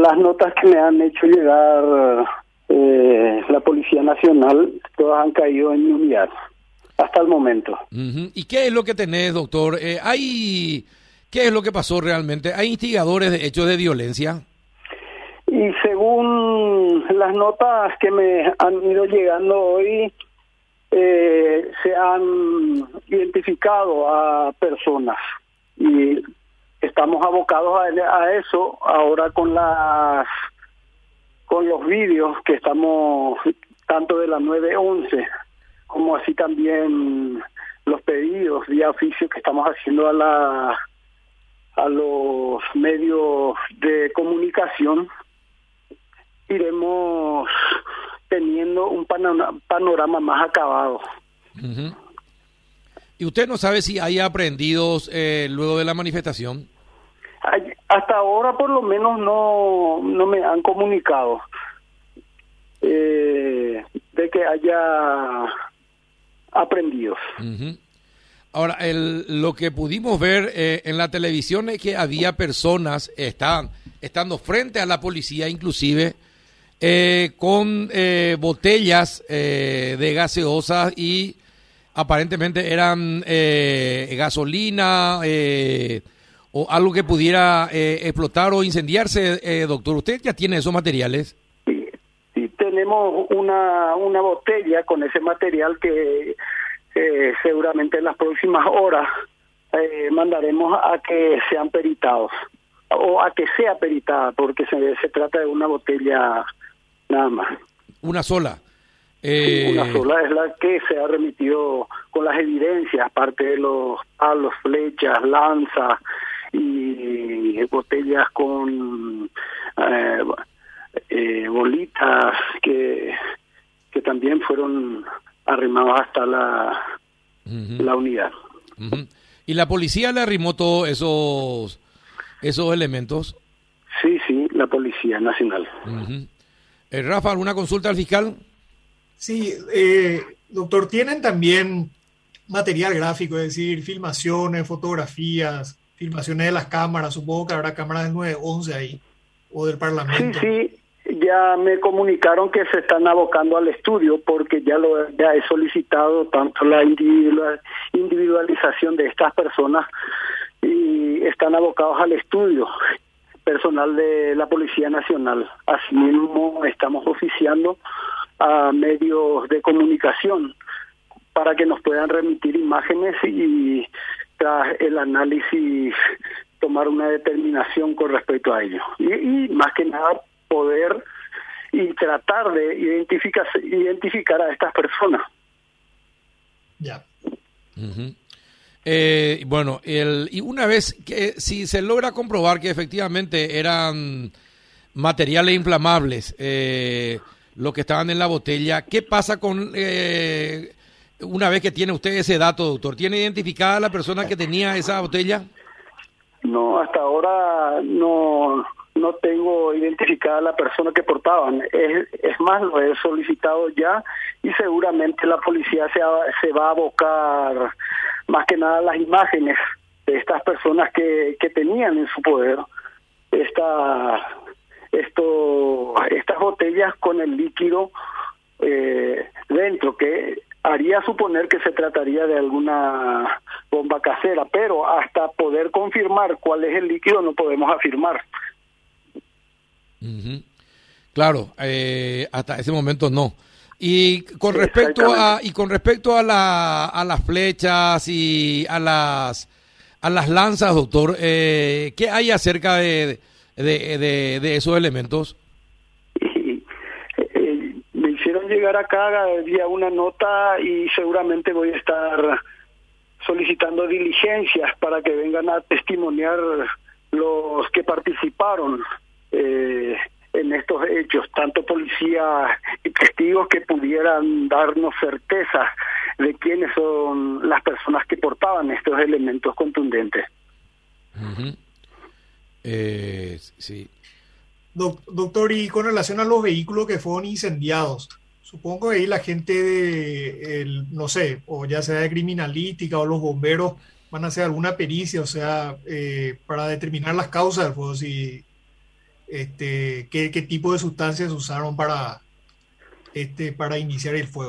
las notas que me han hecho llegar la Policía Nacional, todas han caído en nulidad hasta el momento. Uh-huh. ¿Y qué es lo que tenés, doctor? ¿Qué es lo que pasó realmente? ¿Hay instigadores de hechos de violencia? Y según las notas que me han ido llegando hoy, se han identificado a personas y estamos abocados a eso ahora con los vídeos que estamos, tanto de la 911 como así también los pedidos vía oficio que estamos haciendo a los medios de comunicación. Iremos teniendo un panorama más acabado. Uh-huh. ¿Y usted no sabe si hay aprehendidos luego de la manifestación? Hasta ahora por lo menos no me han comunicado de que haya aprendidos. Uh-huh. Ahora, lo que pudimos ver en la televisión es que había personas estando frente a la policía, inclusive con botellas de gaseosas y aparentemente eran gasolina o algo que pudiera explotar o incendiarse, doctor. ¿Usted ya tiene esos materiales? Sí, tenemos una botella con ese material que seguramente en las próximas horas mandaremos a que sean peritados o a que sea peritada, porque se trata de una botella nada más. ¿Una sola? Sí, una sola es la que se ha remitido con las evidencias, aparte de los palos, flechas, lanzas y botellas con bolitas que también fueron arrimados hasta la unidad. Uh-huh. ¿Y la policía le arrimó todos esos elementos? Sí, la Policía Nacional. Uh-huh. Rafa, ¿alguna consulta al fiscal? Sí, doctor, ¿tienen también material gráfico, es decir, filmaciones, fotografías, filmaciones de las cámaras? Supongo que habrá cámaras del 911 ahí, o del Parlamento. Sí, ya me comunicaron que se están abocando al estudio porque ya he solicitado tanto la individualización de estas personas y están abocados al estudio personal de la Policía Nacional. Asimismo, estamos oficiando a medios de comunicación para que nos puedan remitir imágenes y tras el análisis tomar una determinación con respecto a ello. Y más que nada poder y tratar de identificar a estas personas. Ya. Uh-huh. Bueno, y una vez que si se logra comprobar que efectivamente eran materiales inflamables lo que estaban en la botella, ¿qué pasa con una vez que tiene usted ese dato, doctor? ¿Tiene identificada la persona que tenía esa botella? No, hasta ahora no tengo identificada la persona que portaban. Es más, lo he solicitado ya y seguramente la policía se va a abocar más que nada las imágenes de estas personas que tenían en su poder estas botellas con el líquido dentro, que haría suponer que se trataría de alguna bomba casera, pero hasta poder confirmar cuál es el líquido no podemos afirmar. Uh-huh. Claro, hasta ese momento no. Y con respecto a las flechas y a las lanzas, doctor, ¿qué hay acerca de esos elementos? Me hicieron llegar acá vía una nota y seguramente voy a estar solicitando diligencias para que vengan a testimoniar los que participaron en estos hechos, tanto policía y testigos que pudieran darnos certeza de quiénes son las personas que portaban estos elementos contundentes. Uh-huh. Sí. Doctor, y con relación a los vehículos que fueron incendiados, supongo que ahí la gente no sé, o ya sea de criminalística o los bomberos van a hacer alguna pericia, o sea, para determinar las causas del fuego, si qué tipo de sustancias usaron para iniciar el fuego.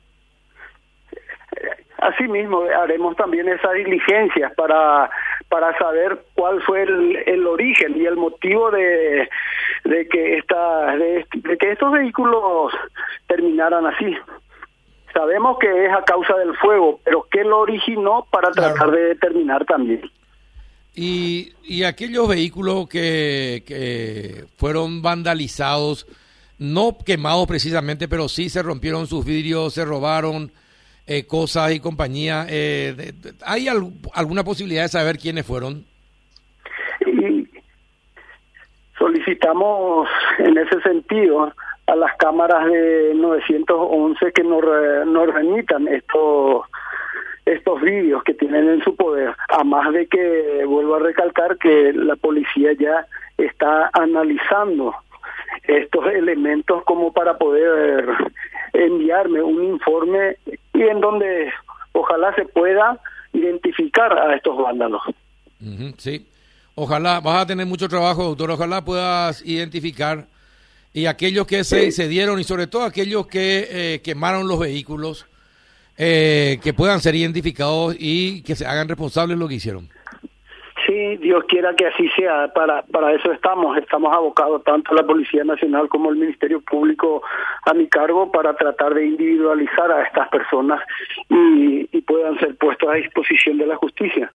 Asimismo, haremos también esas diligencias para saber cuál fue el origen y el motivo de que estos vehículos terminaran así. Sabemos que es a causa del fuego, pero ¿qué lo originó para tratar de determinar también? Y aquellos vehículos que fueron vandalizados, no quemados precisamente, pero sí se rompieron sus vidrios, se robaron cosas y compañía. ¿Hay alguna posibilidad de saber quiénes fueron? Y solicitamos en ese sentido a las cámaras de 911 que nos remitan estos vídeos que tienen en su poder, a más de que vuelvo a recalcar que la policía ya está analizando estos elementos como para poder enviarme un informe y en donde ojalá se pueda identificar a estos vándalos. Sí, ojalá, vas a tener mucho trabajo, doctor, ojalá puedas identificar y aquellos que se dieron y sobre todo aquellos que quemaron los vehículos, que puedan ser identificados y que se hagan responsables de lo que hicieron. Sí, Dios quiera que así sea. Para eso estamos abocados tanto la Policía Nacional como el Ministerio Público a mi cargo para tratar de individualizar a estas personas y puedan ser puestos a disposición de la justicia.